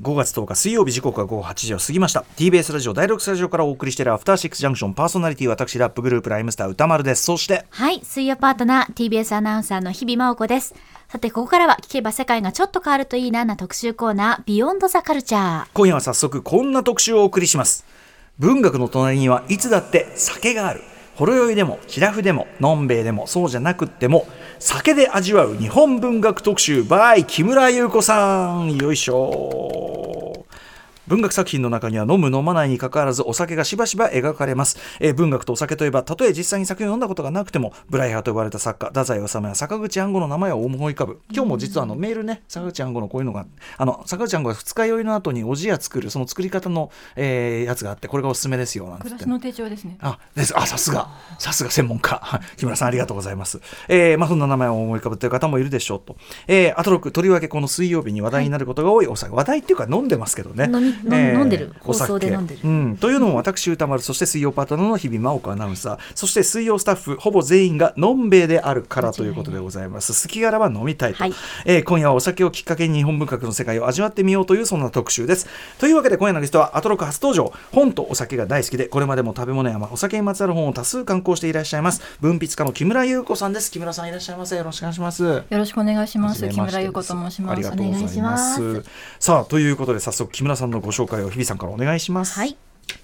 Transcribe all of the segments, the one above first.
5月10日水曜日、時刻は午後8時を過ぎました。 TBS ラジオ第6スタジオからお送りしているアフターシックスジャンクション、パーソナリティ私ラップグループライムスター歌丸です。そしてはい、水曜パートナー TBS アナウンサーの日々真央子です。さて、ここからは聞けば世界がちょっと変わるといいな特集コーナー、ビヨンドザカルチャー。 今夜は早速こんな特集をお送りします。文学の隣にはいつだって酒がある。ほろ酔いでもシラフでものんべえでもそうじゃなくっても酒で味わう日本文学特集 by 木村優子さん。よいしょ。文学作品の中には飲む飲まないにかかわらずお酒がしばしば描かれます。文学とお酒といえば、たとえ実際に作品を読んだことがなくてもブライハーと呼ばれた作家太宰治や坂口安吾の名前を思い浮かぶ。今日も実はメールね、坂口安吾のこういうのが坂口安吾が二日酔いの後におじや作るその作り方の、やつがあって、これがおすすめですよなんて暮らしの手帳ですね。 さすが専門家木村さんありがとうございます。そんな名前を思い浮かぶという方もいるでしょうと。アトロックとりわけこの水曜日に話題になることが多いお酒、話題っていうか飲んでますけどね、 飲んでる、放送で飲んでる、 というのも私歌丸、そして水曜パートナーの日々真央子アナウンサー、そして水曜スタッフほぼ全員がのんべえであるからということでございます。好き柄は飲みたいと、今夜はお酒をきっかけに日本文学の世界を味わってみようというそんな特集です。というわけで今夜のゲストはアトロック初登場、本とお酒が大好きでこれまでも食べ物やお酒にまつわる本を多数刊行していらっしゃいます文筆家の木村優子さんです。木村さんいらっしゃいませ。よろしくお願いします。 よろしくお願いします。木村優子と申します。 ありがとうございます。さあ、ということで早速木村さんのご紹介を日々さんからお願いします。 はい、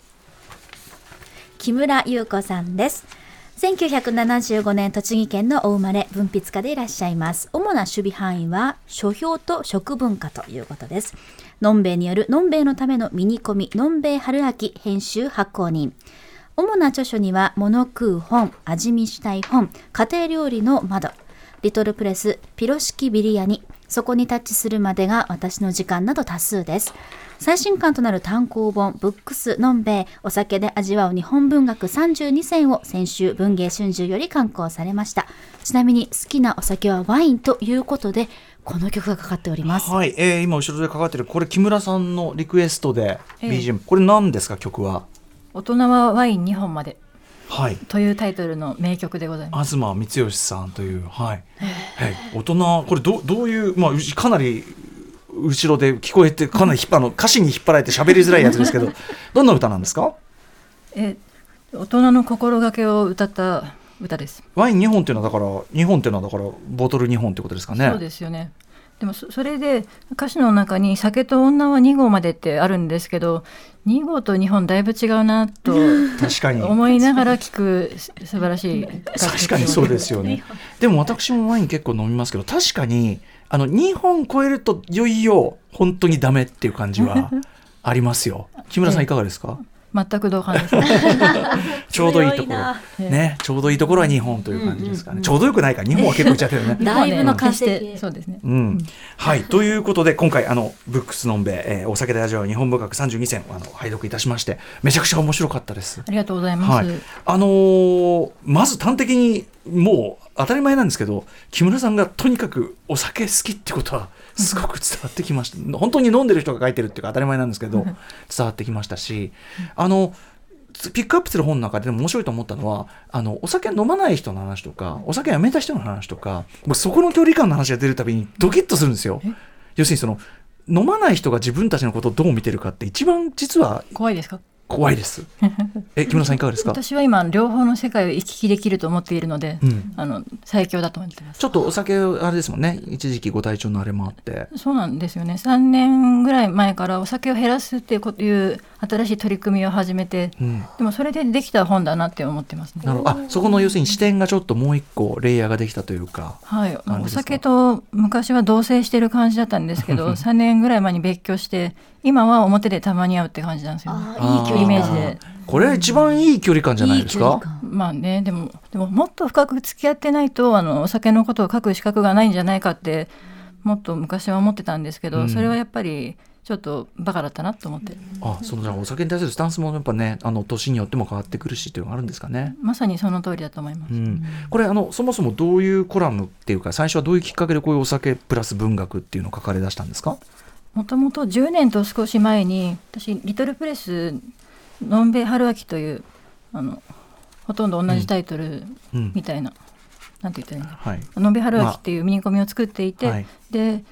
木村優子さんです。1975年栃木県のお生まれ、文筆家でいらっしゃいます。主な守備範囲は書評と食文化ということです。のんべえによるのんべえのためのミニコミ、のんべえ春秋編集発行人。主な著書には物食う本、味見したい本、家庭料理の窓、リトルプレス、ピロシキビリヤニ、そこにタッチするまでが私の時間など多数です。最新刊となる単行本ブックスのんべえ、お酒で味わう日本文学32選を先週文藝春秋より刊行されました。ちなみに好きなお酒はワインということで、この曲がかかっております。 はい、今後ろでかかってるこれ木村さんのリクエストで BGM、これ何ですか？曲は大人はワイン2本まで、 はい、 というタイトルの名曲でございます。 東光義さんという、大人、これ どういう、かなり後ろで聞こえて、かなり歌詞に引っ張られて喋りづらいやつですけどどんな歌なんですか？ 大人の心がけを歌った歌です。 ワイン2本っていうのはだからボトル2本ってことですかね。 そうですよね。でもそれで歌詞の中に酒と女は2合までってあるんですけど、2合と2本だいぶ違うなと確かに思いながら聴く素晴らしい楽曲。 確かにそうですよねでも私もワイン結構飲みますけど、確かに2本超えるといよいよ本当にダメっていう感じはありますよ。木村さんいかがですか？ 全く同感です、 ちょうどいいところ、ね、ちょうどいいところは2本という感じですかね。ちょうどよくないか、2本は結構いっちゃってるねだいぶの完成、 そうですね、 はい、ということで今回ブックスのんべえ、お酒で味わう日本文学32選拝読いたしまして、めちゃくちゃ面白かったです。 ありがとうございます、 まず端的にもう当たり前なんですけど、木村さんがとにかくお酒好きってことはすごく伝わってきました本当に飲んでる人が書いてるっていうか当たり前なんですけど伝わってきましたし、ピックアップする本の中でも面白いと思ったのは、お酒飲まない人の話とかお酒やめた人の話とか、もうそこの距離感の話が出るたびにドキッとするんですよ。要するに飲まない人が自分たちのことをどう見てるかって一番実は怖いですか？ 怖いです木村さんいかがですか？ 私は今両方の世界を行き来できると思っているので、最強だと思ってます。 ちょっとお酒あれですもんね、一時期ご体調のあれもあって。 そうなんですよね。3年ぐらい前からお酒を減らすっていう新しい取り組みを始めて、でもそれでできた本だなって思ってますね。 そこの要するに視点がちょっともう一個レイヤーができたというか、 はい、お酒と昔は同棲してる感じだったんですけど3年ぐらい前に別居して、今は表でたまに会うって感じなんですよね。いい距離イメージで。 これ一番いい距離感じゃないですか？ まあね、でももっと深く付き合ってないとお酒のことを書く資格がないんじゃないかってもっと昔は思ってたんですけど、それはやっぱりちょっとバカだったなと思って。 じゃあお酒に対するスタンスもやっぱね、年によっても変わってくるしというのがあるんですかね。 まさにその通りだと思います、 これそもそもどういうコラムっていうか、最初はどういうきっかけでこういうお酒プラス文学っていうのを書かれ出したんですか？ もともと10年と少し前に私リトルプレスのんべえ春秋というほとんど同じタイトルみたいな、なんて言ったらいいんだ、のんべえ春秋っていうミニコミを作っていて、で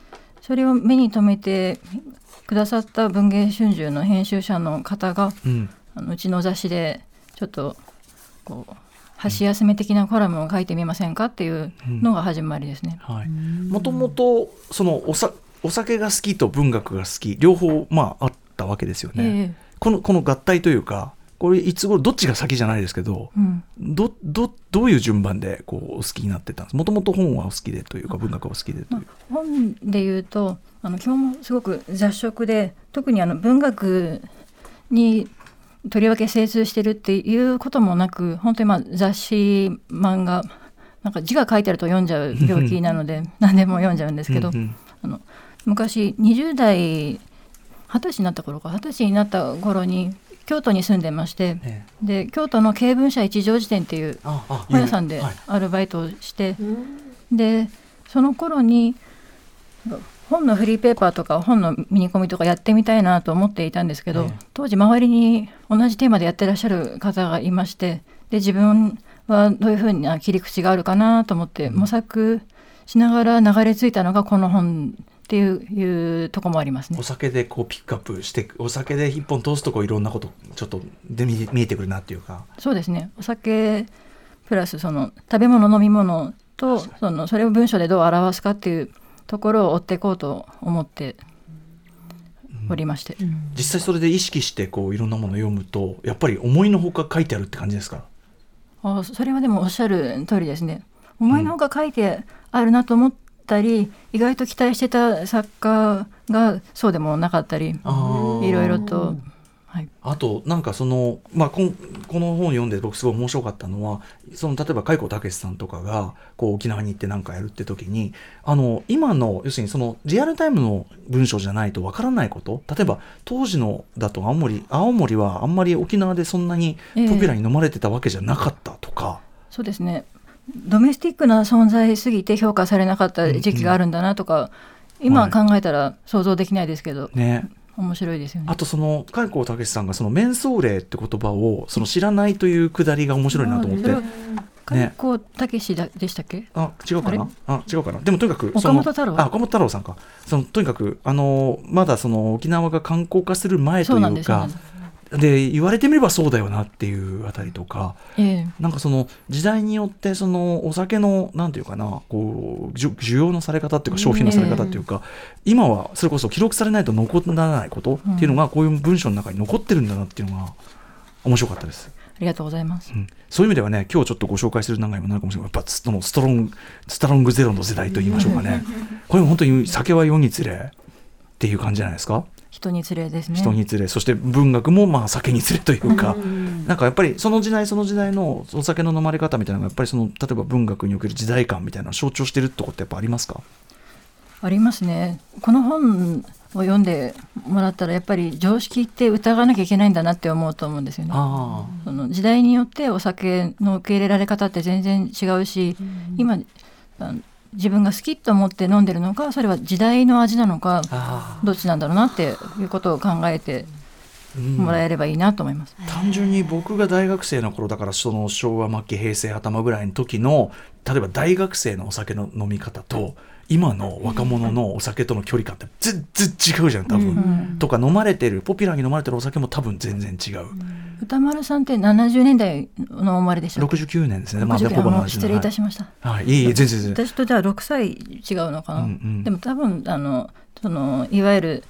それを目に留めてくださった文藝春秋の編集者の方が、うちの雑誌でちょっとこう箸休め的なコラムを書いてみませんかっていうのが始まりですね。 もともとそのお酒が好きと文学が好き両方あったわけですよね。この合体というか、これいつ頃どっちが先じゃないですけど、どういう順番でこうお好きになってたんですか？もともと本はお好きでというか文学はお好きでという、 本でいうと基本もすごく雑食で、特に文学にとりわけ精通してるっていうこともなく、本当に雑誌漫画なんか字が書いてあると読んじゃう病気なので何でも読んじゃうんですけど、昔20代20歳になった頃に京都に住んでまして、で京都の経文社一条辞典っていう本屋さんでアルバイトをして、でその頃に本のフリーペーパーとか本のミニコミとかやってみたいなと思っていたんですけど、当時周りに同じテーマでやってらっしゃる方がいまして、で自分はどういうふうな切り口があるかなと思って模索しながら流れ着いたのがこの本っていうとこもありますね。 お酒でこうピックアップして、お酒で一本通すとこういろんなことちょっとで見えてくるなっていうか。 そうですね。お酒プラスその食べ物飲み物とそれを文章でどう表すかっていうところを追っていこうと思っておりまして、 実際それで意識してこういろんなものを読むとやっぱり思いのほか書いてあるって感じですか？ それはでもおっしゃる通りですね。思いのほか書いてあるなと思ったり、意外と期待してた作家がそうでもなかったり、いろいろと。 あとなんかこの本を読んで僕すごい面白かったのは、例えば海光武さんとかがこう沖縄に行って何かやるって時に今の要するにリアルタイムの文章じゃないとわからないこと、例えば当時のだと青森はあんまり沖縄でそんなにポピュラーに飲まれてたわけじゃなかったとか、 そうですね、ドメスティックな存在すぎて評価されなかった時期があるんだなとか、今考えたら想像できないですけど、面白いですよね。 あと海光武さんが瞑想霊って言葉を知らないというくだりが面白いなと思って。 海光武でしたっけ？ 違うかな。でもとにかく岡本太郎さんか。とにかくまだ沖縄が観光化する前というかで言われてみればそうだよなっていうあたりとか、なんか時代によってお酒のなんていうかな、こう需要のされ方っていうか消費のされ方っていうか、今はそれこそ記録されないと残らないことっていうのがこういう文章の中に残ってるんだなっていうのが面白かったです。 ありがとうございます。 そういう意味ではね、今日ちょっとご紹介する長いもなるかもしれない。やっぱストロングゼロの世代と言いましょうかね。これも本当に酒は世につれっていう感じじゃないですか。 人につれですね。 人につれ、そして文学も酒につれというか、なんかやっぱりその時代のお酒の飲まれ方みたいなのがやっぱり例えば文学における時代感みたいなのを象徴してるってことってやっぱありますか？ ありますね。この本を読んでもらったらやっぱり常識って疑わなきゃいけないんだなって思うと思うんですよね。その時代によってお酒の受け入れられ方って全然違うし、今自分が好きと思って飲んでるのか、それは時代の味なのか、どっちなんだろうなっていうことを考えてもらえればいいなと思います。 単純に僕が大学生の頃だから、昭和末期平成頭ぐらいの時の例えば大学生のお酒の飲み方と今の若者のお酒との距離感って全然違うじゃん多分、とか飲まれてるポピュラーに飲まれてるお酒も多分全然違う。 歌丸さんって70年代の生まれでしたっけ ？69年ですね。 失礼いたしました。 いい全然。 私とじゃあ6歳違うのかな。でも多分いわゆる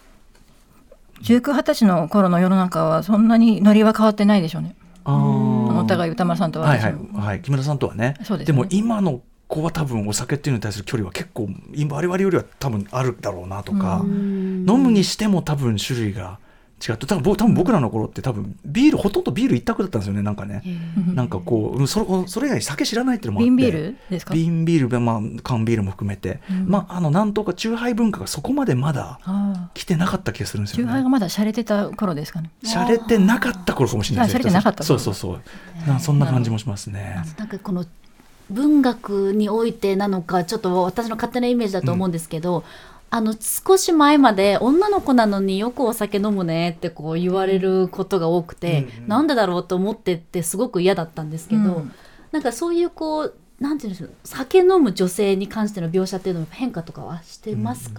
19、20歳の頃の世の中はそんなにノリは変わってないでしょうね。お互い歌丸さんとは木村さんとはね。 そうですね。 でも今の子は多分お酒っていうのに対する距離は結構我々よりは多分あるだろうなとか、飲むにしても多分種類が違って、多分僕らの頃って多分ほとんどビール一択だったんですよね。なんかね、なんかこうそれ以外に酒知らないっていうのもあって、 瓶ビールですか？ 瓶ビール、缶ビールも含めて、なんとか酎ハイ文化がそこまでまだ来てなかった気がするんですよね。 酎ハイがまだ洒落てた頃ですかね。 洒落てなかった頃かもしれないです。 洒落てなかった頃。 そうそんな感じもしますね。 なんかこの文学においてなのか、ちょっと私の勝手なイメージだと思うんですけど、少し前まで女の子なのによくお酒飲むねってこう言われることが多くて、なんでだろうと思ってってすごく嫌だったんですけど、なんかそういうこうなんていうんでしょう、酒飲む女性に関しての描写っていうのも変化とかはしてますか？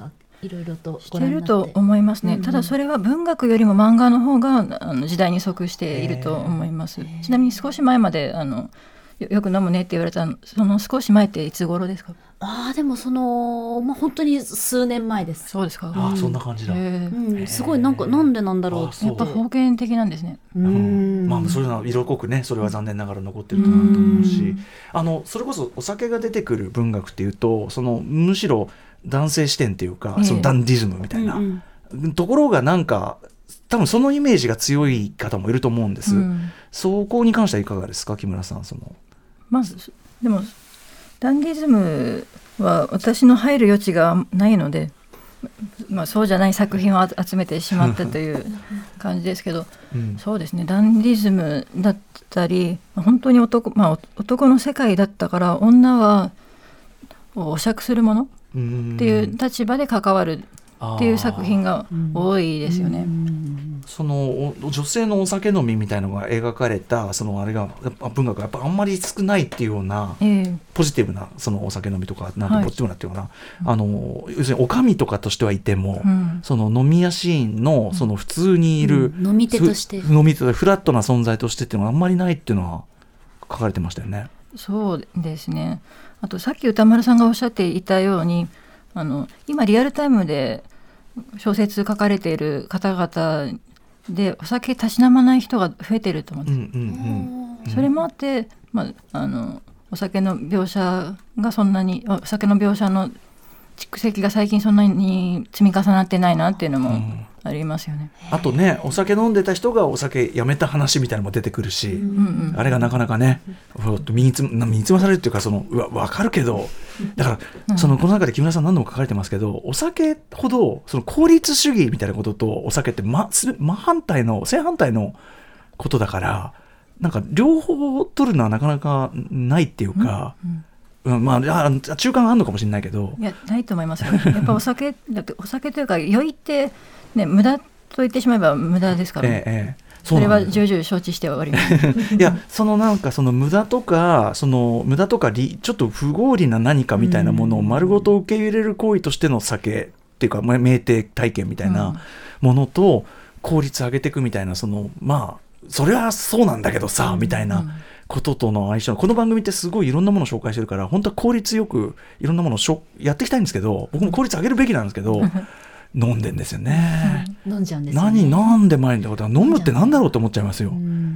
いろいろとしてるご覧になってと思いますね、 うんうん、 ただそれは文学よりも漫画の方が時代に即していると思います。ちなみに少し前までよく飲むねって言われたその少し前っていつ頃ですか？ でも本当に数年前です。 そうですか。 そんな感じだ。 すごいなんでなんだろう。 やっぱ封建的なんですね。 そういうのは色濃くね、それは残念ながら残ってるかなと思うし、それこそお酒が出てくる文学っていうとむしろ男性視点っていうか、そのダンディズムみたいな、ところがなんか多分そのイメージが強い方もいると思うんです、そこに関してはいかがですか木村さん。 まずでもダンディズムは私の入る余地がないので、そうじゃない作品を集めてしまったという感じですけど、そうですね、ダンディズムだったり本当に男の世界だったから女はお酌するものっていう立場で関わるっていう作品が多いですよね。 女性のお酒飲みみたいなのが描かれたあれが文学がやっぱあんまり少ないっていうような、ポジティブなお酒飲みとかポジティブなっていうかな、要するにお上とかとしてはいても、飲み屋シーンの普通にいる、 飲み手としてフラットな存在としてっていうのはあんまりないっていうのは書かれてましたよね。 そうですね。あとさっき歌丸さんがおっしゃっていたように今リアルタイムで小説書かれている方々でお酒たしなまない人が増えてると思うんです。それもあって、お酒の描写がそんなにお酒の描写の蓄積が最近そんなに積み重なってないなっていうのもありますよね。 あとね、お酒飲んでた人がお酒やめた話みたいなのも出てくるし、あれがなかなかね身につまされるっていうか分かるけど、だからこの中で木村さん何度も書かれてますけど、お酒ほど効率主義みたいなこととお酒って正反対のことだから、なんか両方取るのはなかなかないっていうか、中間あるのかもしれないけど、 いやないと思いますよ。やっぱお酒というか酔いってね、無駄と言ってしまえば無駄ですから、それは重々承知しております。 いやなんか無駄とかちょっと不合理な何かみたいなものを丸ごと受け入れる行為としての酒っていうか酩酊体験みたいなものと効率上げていくみたいなそれはそうなんだけどさ、みたいなこととの相性。この番組ってすごいいろんなものを紹介してるから、本当は効率よくいろんなものをやっていきたいんですけど、僕も効率上げるべきなんですけど飲んでんですよね。 飲んじゃうんですよね。 なんで前にことは飲むってなんだろうって思っちゃいますよ。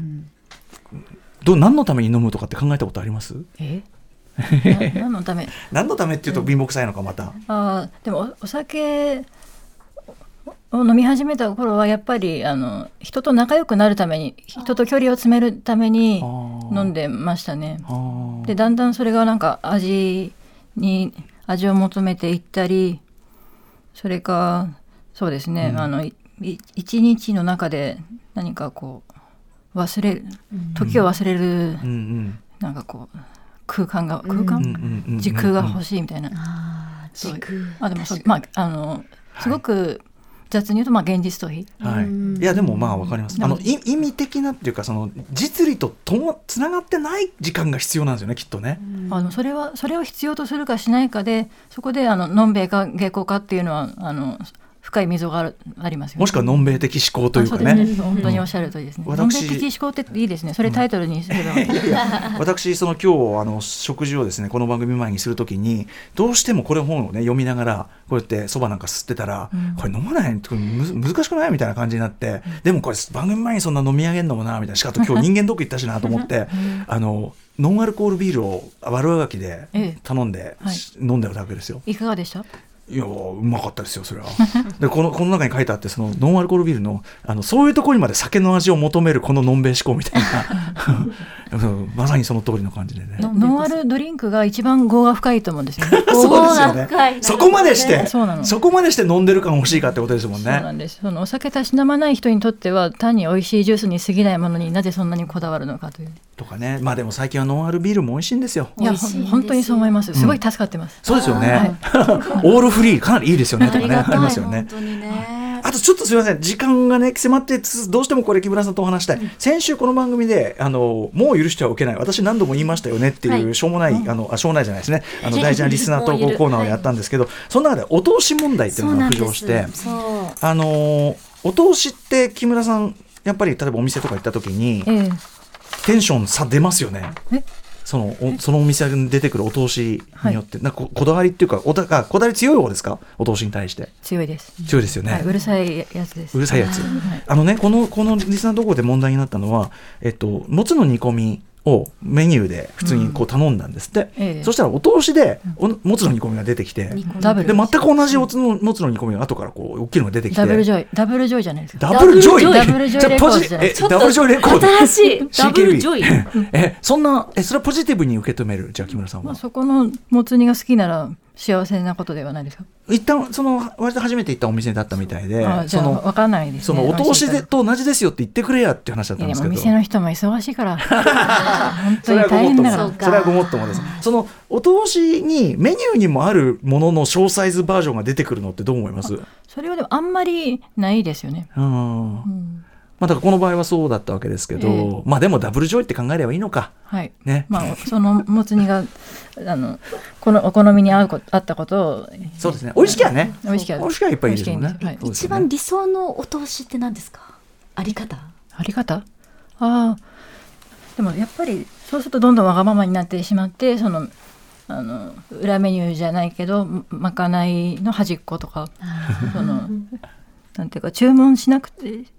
何のために飲むとかって考えたことあります？ 何のためっていうと貧乏くさいのかまた。 でもお酒を飲み始めた頃はやっぱり人と仲良くなるために、人と距離を詰めるために飲んでましたね。でだんだんそれがなんか味を求めていったり、それかそうですね、一日の中で何か時を忘れる、なんか空間時空が欲しいみたいな。でもすごく雑に言うと現実逃避、 いやでも分かります。意味的なっていうか実利とつながってない時間が必要なんですよね、きっとね。 それを必要とするかしないかで、そこでのんべえか下戸かっていうのは深い溝がありますよね。 もしくはのんべえ的思考というかね。 本当におっしゃるとりですね。のんべえ的思考っていいですね。それタイトルにすれば。 私今日食事をですねこの番組前にするときにどうしてもこれ本をね読みながらこうやってそばなんか吸ってたら、これ飲まないこれ難しくないみたいな感じになって、でもこれ番組前にそんな飲み上げんのもなみたいな、しかも今日人間ドック行ったしなと思ってノンアルコールビールを悪あがきで頼んで、飲んでるだけですよ。 いかがでした？ いやうまかったですよそれは。でこの中に書いてあって、ノンアルコールビールのそういうところにまで酒の味を求めるこののんべい思考みたいなまさにその通りの感じでね。 ノンアルドリンクが一番業が深いと思うんですよね。 そうですよね。そこまでして飲んでる感欲しいかってことですもんね。 そうなんです。お酒たしなまない人にとっては単に美味しいジュースに過ぎないものになぜそんなにこだわるのかというとかね。でも最近はノンアルビールも美味しいんですよ。 いや本当にそう思います。すごい助かってます。 そうですよね。オールフリーかなりいいですよねとかね、ありますよね。 本当にね。 あととちょっとすみません、時間がね迫ってどうしてもこれ木村さんとお話したい、先週この番組でもう許してはおけない、私何度も言いましたよねっていう、 はいしょうもない、しょうもないじゃないですね、大事なリスナー投稿コーナーをやったんですけど、その中でお通し問題っていうのが浮上して、お通しって木村さんやっぱり例えばお店とか行った時に、テンション差出ますよね。そのお店に出てくるお通しによって、なんかこだわりっていうか、こだわり強い方ですか、お通しに対して。 強いです。 強いですよね、 うるさいやつです。 うるさいやつ、このリスナー投稿で問題になったのは、もつの煮込みをメニューで普通にこう頼んだんですって、そしたらお通しでもつの煮込みが出てきて、で全く同じもつの煮込みが後からこう大きいのが出てきて、 ダブルジョイじゃないですか。 ダブルジョイレコードじゃないですか。 ダブルジョイレコード、 新しいダブルジョイそんなそれはポジティブに受け止める。じゃあ木村さんは、 そこのもつ煮が好きなら幸せなことではないですか。 一旦割と初めて行ったお店だったみたいで、 じゃあ分かんないですね。 お通しと同じですよって言ってくれやっていう話だったんですけど、 でも店の人も忙しいから本当に大変だから。 それはごもっともです。お通しにメニューにもあるものの小サイズバージョンが出てくるのってどう思います？ それはでもあんまりないですよね。 だからこの場合はそうだったわけですけど、でもダブルジョイって考えればいいのか、 はいね、そのもつ煮がこのお好みに合ったことを、 そうですね、美味しきゃね、 美味しきゃいっぱいいいですもんね。 一番理想のお通しって何ですか？あり方でもやっぱりそうするとどんどんわがままになってしまって、裏メニューじゃないけどまかないの端っことかなんていうか注文しない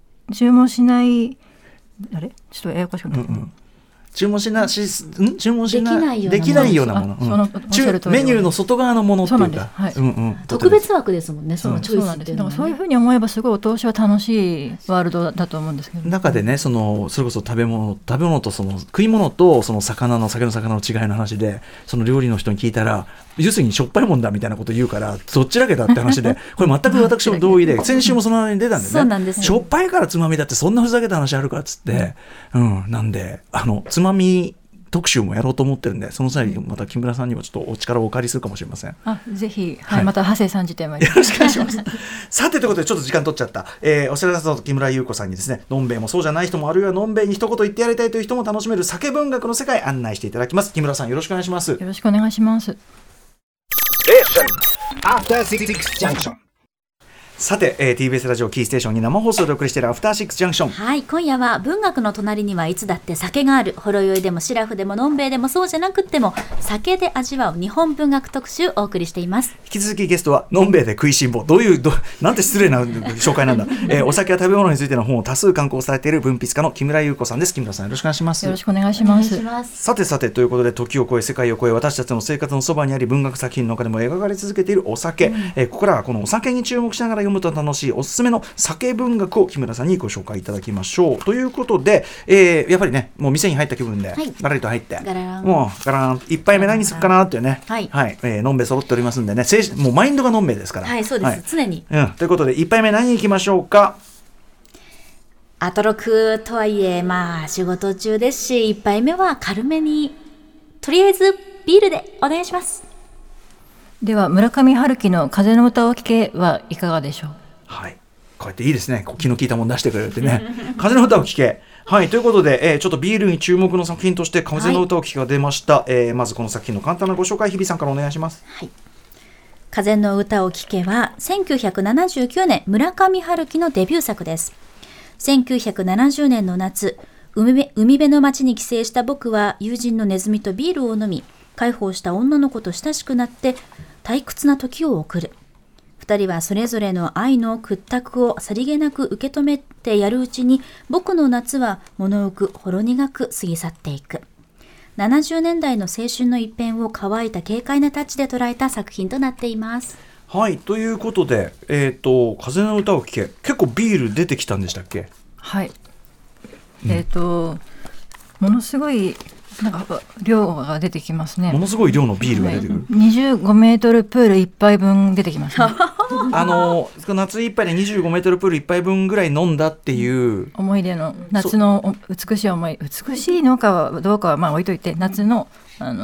あれちょっとややこしくなって、注文しないできないようなもの、メニューの外側のものっていうか、 特別枠ですもんね、そのチョイスっていうのはね。 そういうふうに思えばすごいお通しは楽しいワールドだと思うんですけど、 中でね、それこそ食べ物と食い物と酒の魚の違いの話で、その料理の人に聞いたら、要するにしょっぱいもんだみたいなこと言うから、どっちだけだって話で、これ全く私も同意で、先週もその話に出たんですね。 そうなんです。 しょっぱいからつまみだってそんなふざけた話あるかっつって、なんでつまみ特集もやろうと思ってるんで、その際にまた木村さんにもちょっとお力をお借りするかもしれません。 ぜひ、また長谷さん時点までよろしくお願いしますさてということでちょっと時間取っちゃった、お知らせと木村優子さんにですね、のんべえもそうじゃない人も、あるいはのんべえに一言言ってやりたいという人も楽しめる酒文学の世界案内していただきます。木村さんよろしくお願いします。 よろしくお願いします。 さて、TBS ラジオキーステーションに生放送でお送りしているアフターシックスジャンクション。 はい、今夜は文学の隣にはいつだって酒がある。ほろ酔いでもシラフでものんべえでもそうじゃなくっても酒で味わう日本文学特集をお送りしています。 引き続きゲストはのんべえで食いしん坊、なんて失礼な紹介なんだ、お酒や食べ物についての本を多数刊行されている文筆家の木村優子さんです。木村さんよろしくお願いします。 よろしくお願いします。 さてということで、時を超え世界を超え私たちの生活のそばにあり、文学作品の中でも描かれ続けているお酒、ここからはこのお酒に注目しながら読むと楽しいおすすめの酒文学を木村さんにご紹介いただきましょうということで、やっぱりね、もう店に入った気分でガラリと入って、もうガラン一杯目何するかなっていうね、のんべえ揃っておりますんでね、もうマインドがのんべえですから。 はい、そうです、常に、 ということで一杯目何に行きましょうか。 アトロクとはいえ仕事中ですし、一杯目は軽めに、とりあえずビールでお願いします。 では村上春樹の風の歌を聴けはいかがでしょう。 はい、こうやっていいですね、気の利いたもの出してくれるってね風の歌を聴け、はい、ということで、ちょっとビールに注目の作品として風の歌を聴けが出ました、まずこの作品の簡単なご紹介、日比さんからお願いします。 はい、風の歌を聴けは1979年村上春樹のデビュー作です。1970年の夏、海辺の町に帰省した僕は友人のネズミとビールを飲み、介抱した女の子と親しくなって退屈な時を送る。二人はそれぞれの愛の屈託をさりげなく受け止めてやるうちに、僕の夏は物浮くほろ苦く過ぎ去っていく。70年代の青春の一片を乾いた軽快なタッチで捉えた作品となっています。 はい、ということで、風の歌を聴け、結構ビール出てきたんでしたっけ。 はい、ものすごいなんか量が出てきますね。 ものすごい量のビールが出てくる、 25メートルプール1杯分出てきますね夏いっぱいで25メートルプール1杯分ぐらい飲んだっていう思い出の夏の美しい思い、美しいのかどうかは置いといて、夏の美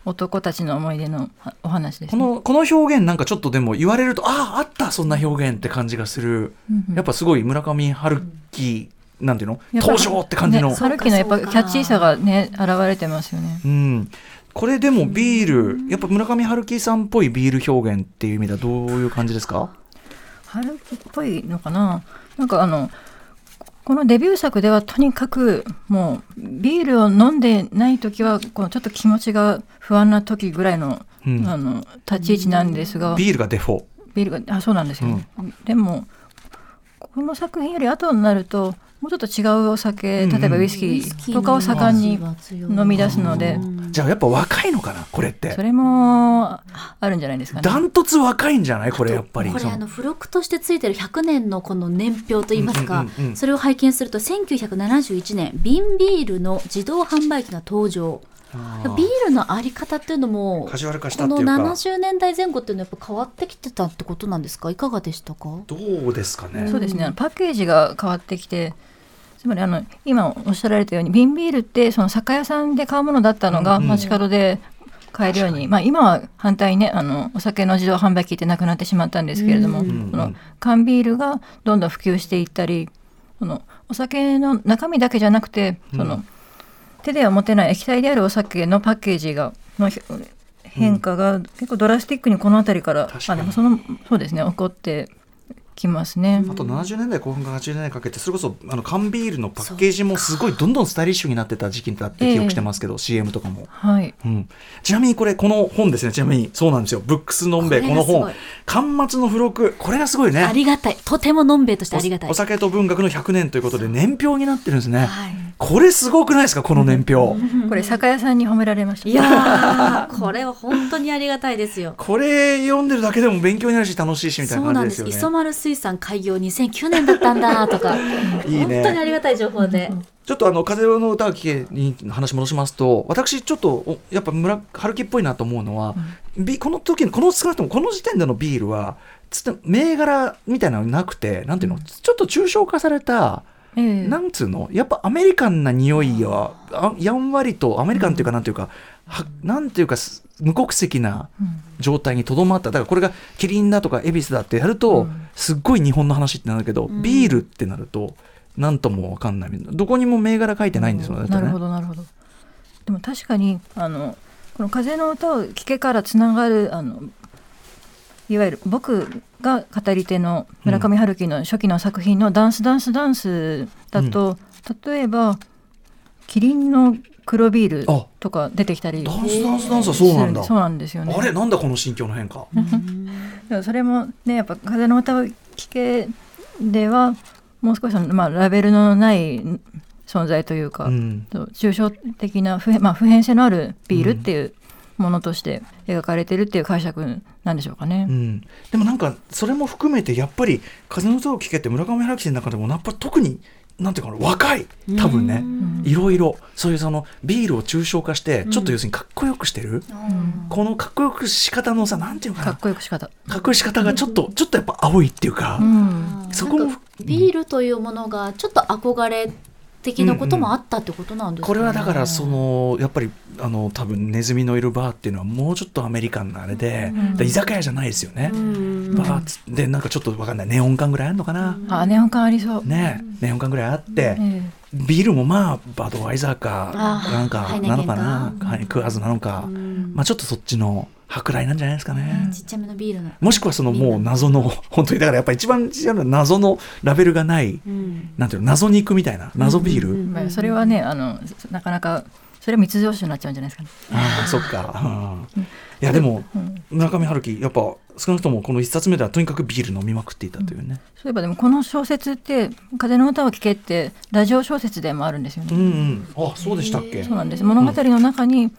男たちの思い出のお話です、ね、 この表現なんかちょっとでも言われるとあったそんな表現って感じがする、やっぱすごい村上春樹なんていうの登場って感じの、 ね、春樹のやっぱキャッチーさがね現れてますよね、 これでもビールやっぱ村上春樹さんっぽいビール表現っていう意味ではどういう感じですか？ 春樹っぽいのかな。なんかこのデビュー作ではとにかくもうビールを飲んでない時はこのちょっと気持ちが不安な時ぐらいの、立ち位置なんですが、 ビールがデフォビールがそうなんですよ、でもこの作品より後になるともうちょっと違うお酒、例えばウイスキーとかを盛んに飲み出すので、 じゃあやっぱ若いのかなこれって。 それもあるんじゃないですかね。 ダントツ若いんじゃないこれやっぱり。 これ付録としてついてる100年のこの年表といいますか、それを拝見すると1971年瓶ビールの自動販売機が登場。ビールのあり方っていうのもカジュアル化したっていうか、 この70年代前後っていうのはやっぱ変わってきてたってことなんですか？いかがでしたか？ どうですかね。 そうですね、パッケージが変わってきて、つまり今おっしゃられたように瓶ビールってその酒屋さんで買うものだったのが街角で買えるように、今は反対にねお酒の自動販売機ってなくなってしまったんですけれども、その缶ビールがどんどん普及していったり、そのお酒の中身だけじゃなくてその、手では持てない液体であるお酒のパッケージの変化が結構ドラスティックにこの辺りから、でもそうですね起こってきますね。 あと70年代後半から80年代にかけてそれこそ缶ビールのパッケージもすごいどんどんスタイリッシュになってた時期だって記憶してますけど、CM とかも、ちなみにこの本ですね。ちなみにそうなんですよ。ブックスのんべいこの本巻末の付録、これがすごいね。 ありがたい、とてものんべいとしてありがたい。 お酒と文学の100年ということで年表になってるんですね、これすごくないですかこの年表。 これ酒屋さんに褒められました。 いやこれは本当にありがたいですよ。 これ読んでるだけでも勉強になるし楽しいしみたいな感じですよね。 そうなんです。磯丸水産開業2009年だったんだとかいい、ね、本当にありがたい情報で、 ちょっと風の歌を聴けに話戻しますと、私ちょっとやっぱ春樹っぽいなと思うのは、この時の少なくともこの時点でのビールは銘柄みたいなのなくて、なんていうの、ちょっと抽象化された、なんつうの、やっぱアメリカンな匂いはやんわりとアメリカンというか、なんていうか、なんていうか無国籍な状態にとどまった。だからこれがキリンだとか恵比寿だってやると、すっごい日本の話ってなるけど、ビールってなるとなんとも分かんない。どこにも銘柄書いてないんですよね。 なるほどなるほど。でも確かにこの風の歌を聴けからつながるいわゆる僕が語り手の村上春樹の初期の作品のダンスだと、例えばキリンの黒ビールとか出てきたり、 ダンスはそうなんだ。 そうなんですよね。 あれなんだこの心境の変化。 でもそれもね、やっぱ風の歌を聴けではもう少しラベルのない存在というか、抽象的な普遍性のあるビールっていうものとして描かれてるっていう解釈なんでしょうかね。 でもなんかそれも含めてやっぱり風の歌を聴けって村上春樹の中でもやっぱ特になんていうか若い、多分ね、いろいろそういうビールを抽象化してちょっと要するにかっこよくしてる、このかっこよくし方のなんていうかな、 かっこよくし方がちょっとやっぱ青いっていうか、そこもビールというものがちょっと憧れ的なこともあったってことなんですかね。 これはだからやっぱり多分ネズミのいるバーっていうのはもうちょっとアメリカンなあれで、居酒屋じゃないですよね。バーでなんかちょっと分かんないネオン感ぐらいあるのかな。 ネオン感ありそうね。ネオン感ぐらいあって、ビールもバドワイザーかなんかなのかな、クアーズなのか、ちょっとそっちの舶来なんじゃないですかね。 ちっちゃめのビールの、 もしくはもう謎の本当にだからやっぱり一番違うのは謎のラベルがない、なんていうの、謎肉みたいな謎ビール、 それはねなかなかそれは密造酒になっちゃうんじゃないですかね。 そっか、いやでも、村上春樹やっぱ少なくともこの一冊目ではとにかくビール飲みまくっていたというね。 そういえばでもこの小説って風の歌を聴けってラジオ小説でもあるんですよね。 あ、そうでしたっけ。 そうなんです。物語の中に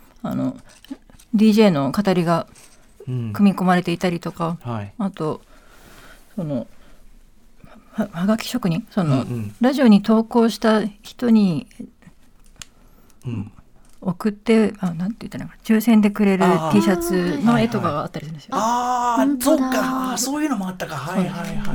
DJ の語りが組み込まれていたりとか、あとはがき職人ラジオに投稿した人に送ってなんて言ったら抽選でくれる T シャツの絵とかがあったりするんですよ。 そうか、そういうのもあったか。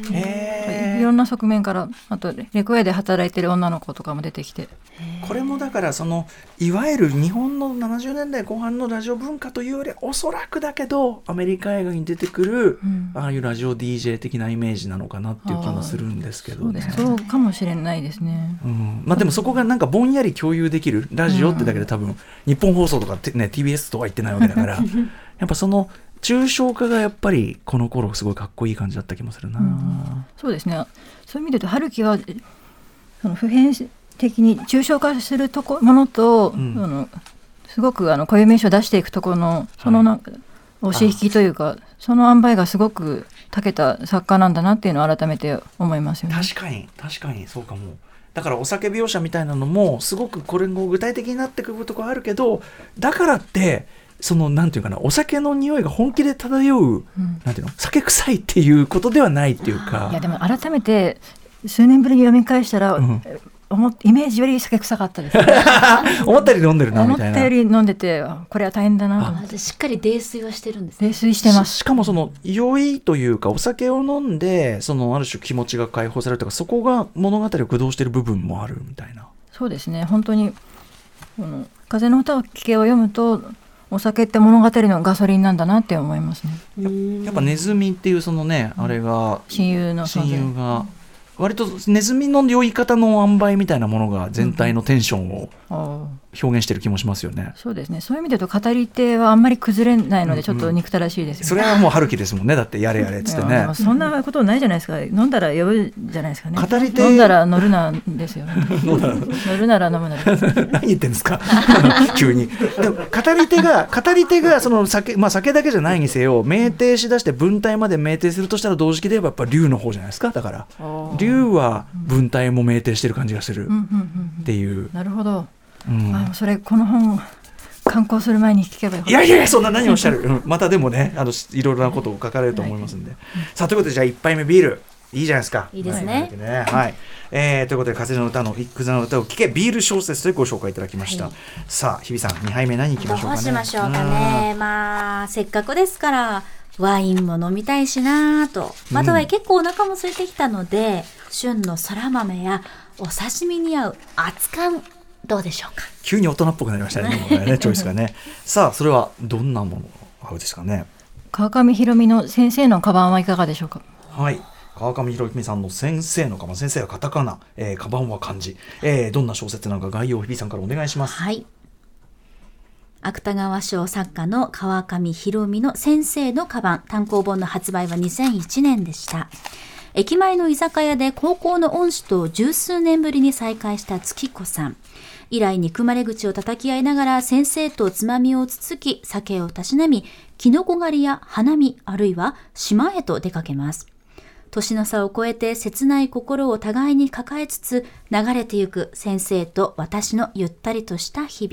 いろんな側面から、あとレコヤで働いてる女の子とかも出てきて、 これもだからいわゆる日本の70年代後半のラジオ文化というよりおそらくだけどアメリカ映画に出てくる、ああいうラジオ DJ 的なイメージなのかなっていう気もするんですけどね。 そうかもしれないですね。 でもそこがなんかぼんやり共有できるラジオってだけで多分日本放送とか、ね、TBS とは言ってないわけだからやっぱその抽象化がやっぱりこの頃すごいかっこいい感じだった気もするな。 そうですね。そういう意味で言うと春樹はその普遍的に抽象化するものと、すごく固有名詞を出していくところのそのなんか押し引きというか、その塩梅がすごく長けた作家なんだなっていうのを改めて思いますよね。 確かにそうかも。だからお酒描写みたいなのもすごくこれも具体的になってくるところあるけど、だからってなんていうかな、お酒の匂いが本気で漂う、なんていうの、酒臭いっていうことではないっていうか。 いやでも改めて数年ぶりに読み返したら、イメージより酒臭かったです思ったより飲んでるなみたいな。 思ったより飲んでてこれは大変だなと。 しっかり泥酔はしてるんですね。 泥酔してます。 しかも酔いというかお酒を飲んである種気持ちが解放されるとか、そこが物語を駆動している部分もあるみたいな。 そうですね。本当に風の歌を聴けを読むとお酒って物語のガソリンなんだなって思いますね。 やっぱネズミっていうあれが親友が割とネズミの酔い方の塩梅みたいなものが全体のテンションを表現してる気もしますよね。 そうですね。そういう意味で言うと語り手はあんまり崩れないのでちょっと憎たらしいですよね。 それはもう春樹ですもんね。だってやれやれっつってね。 そんなことないじゃないですか。飲んだら酔うじゃないですかね。 語り手飲んだら乗るなですよね。乗るなら飲むなら何言ってんですか急に。でも語り手が酒だけじゃないにせよ酩酊しだして文体まで酩酊するとしたら同時期で言えばやっぱ龍の方じゃないですか。だから龍は文体も酩酊してる感じがするっていう。 なるほど。それこの本刊行する前に聞けばよかった。 いやそんな何をおっしゃるまたでもねいろいろなことを書かれると思いますんで、さあということでじゃあ1杯目ビールいいじゃないですか。 いいですね。 はい。ということで風の歌の歌を聴けビール小説でご紹介いただきました。さあ日比さん2杯目何いきましょうかね。 どうしましょうかね。せっかくですからワインも飲みたいしなと。とはいえ結構お腹も空いてきたので、旬のそら豆やお刺身に合う熱燗どうでしょうか。 急に大人っぽくなりましたねチョイスがね。さあそれはどんなもの合うですかね。 川上弘美の先生のカバンはいかがでしょうか。 はい。川上弘美さんの先生のカバン、先生はカタカナ、カバンは漢字、どんな小説なのか概要を日比さんからお願いします。 はい。芥川賞作家の川上弘美の先生のカバン、単行本の発売は2001年でした。駅前の居酒屋で高校の恩師と十数年ぶりに再会した月子さん。以来憎まれ口を叩き合いながら先生とつまみをつつき酒をたしなみ、キノコ狩りや花見あるいは島へと出かけます。年の差を超えて切ない心を互いに抱えつつ流れてゆく先生と私のゆったりとした日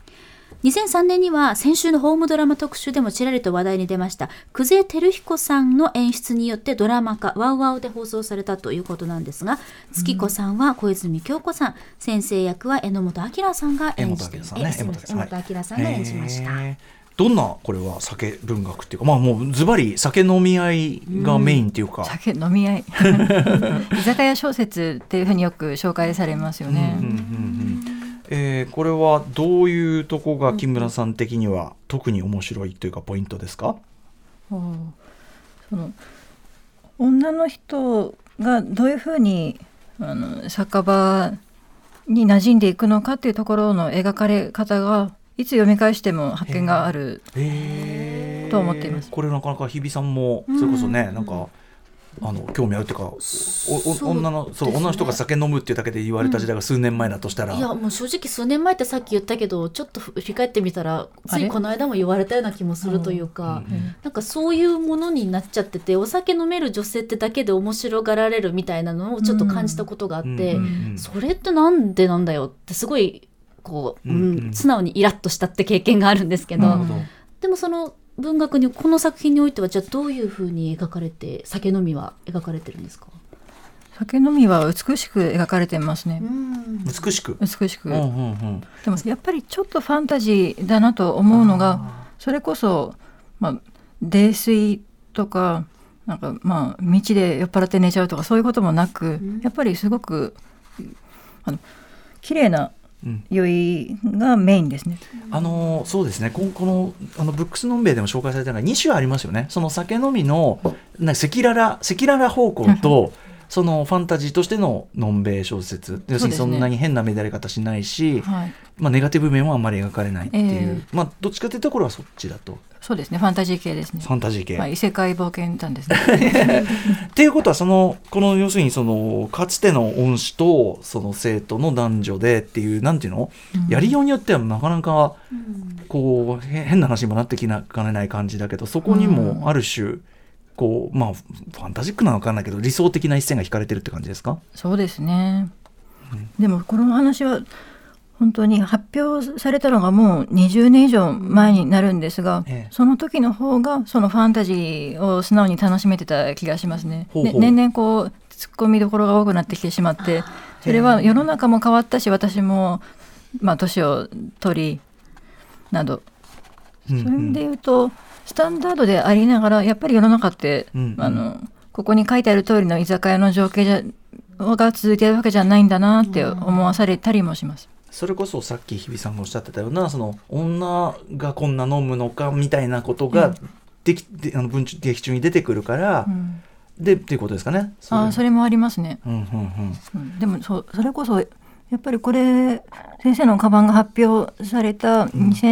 々。2003年には先週のホームドラマ特集でもちらりと話題に出ました久世照彦さんの演出によってドラマ化ワウワウで放送されたということなんですが、月子さんは小泉京子さん、先生役は榎本明さんが演じて榎本明さんが演じました。 どんなこれは酒文学っていうか、もうズバリ酒飲み合いがメインっていうか、 酒飲み合い居酒屋小説っていうふうによく紹介されますよね。 これはどういうとこが木村さん的には特に面白いというかポイントですか。 その女の人がどういうふうに酒場に馴染んでいくのかっていうところの描かれ方がいつ読み返しても発見があると思っています。 これなかなか日比さんもそれこそね、なんか興味あるというか、女の人が酒飲むっていうだけで言われた時代が数年前だとしたら、 いやもう正直数年前ってさっき言ったけどちょっと振り返ってみたらついこの間も言われたような気もするというか、なんかそういうものになっちゃってて、お酒飲める女性ってだけで面白がられるみたいなのをちょっと感じたことがあって、それってなんでなんだよってすごいこう、素直にイラッとしたって経験があるんですけど、でもその文学にこの作品においてはじゃあどういうふうに描かれて酒飲みは描かれてるんですか。 酒飲みは美しく描かれてますね。 美しく、 でもやっぱりちょっとファンタジーだなと思うのが、それこそ、泥酔とかなんかまあ道で酔っ払って寝ちゃうとかそういうこともなく、やっぱりすごく綺麗な酔いがメインですね。 そうですね、このブックスのんべいでも紹介されたのが2種ありますよね。その酒飲みの赤裸々方向とそのファンタジーとしてののんべい小説、要するにそんなに変なめだれ方しないし、まあ、ネガティブ面はあんまり描かれないっていう、まあ、どっちかというところはそっちだと。 そうですね、ファンタジー系ですね。 ファンタジー系、 異世界冒険探ですね。 っていうことはこの要するにかつての恩師とその生徒の男女でっていうなんていうの、やりようによってはなかなかこう変な話にもなってきかねない感じだけど、そこにもある種こう、まあ、ファンタジックなのか分かんないけど理想的な一線が引かれてるって感じですか？ そうですね、でもこの話は本当に発表されたのがもう20年以上前になるんですが、その時の方がそのファンタジーを素直に楽しめてた気がしますね。年々こうツッコミどころが多くなってきてしまって、それは世の中も変わったし私もまあ年を取りなど、それでいうとスタンダードでありながらやっぱり世の中って、ここに書いてある通りの居酒屋の情景が続いているわけじゃないんだなって思わされたりもします。 それこそさっき日比さんがおっしゃってたようなその女がこんな飲むのかみたいなことが文劇中に出てくるから、でっていうことですかね。 それもありますね。でもそれこそやっぱりこれ先生のカバンが発表された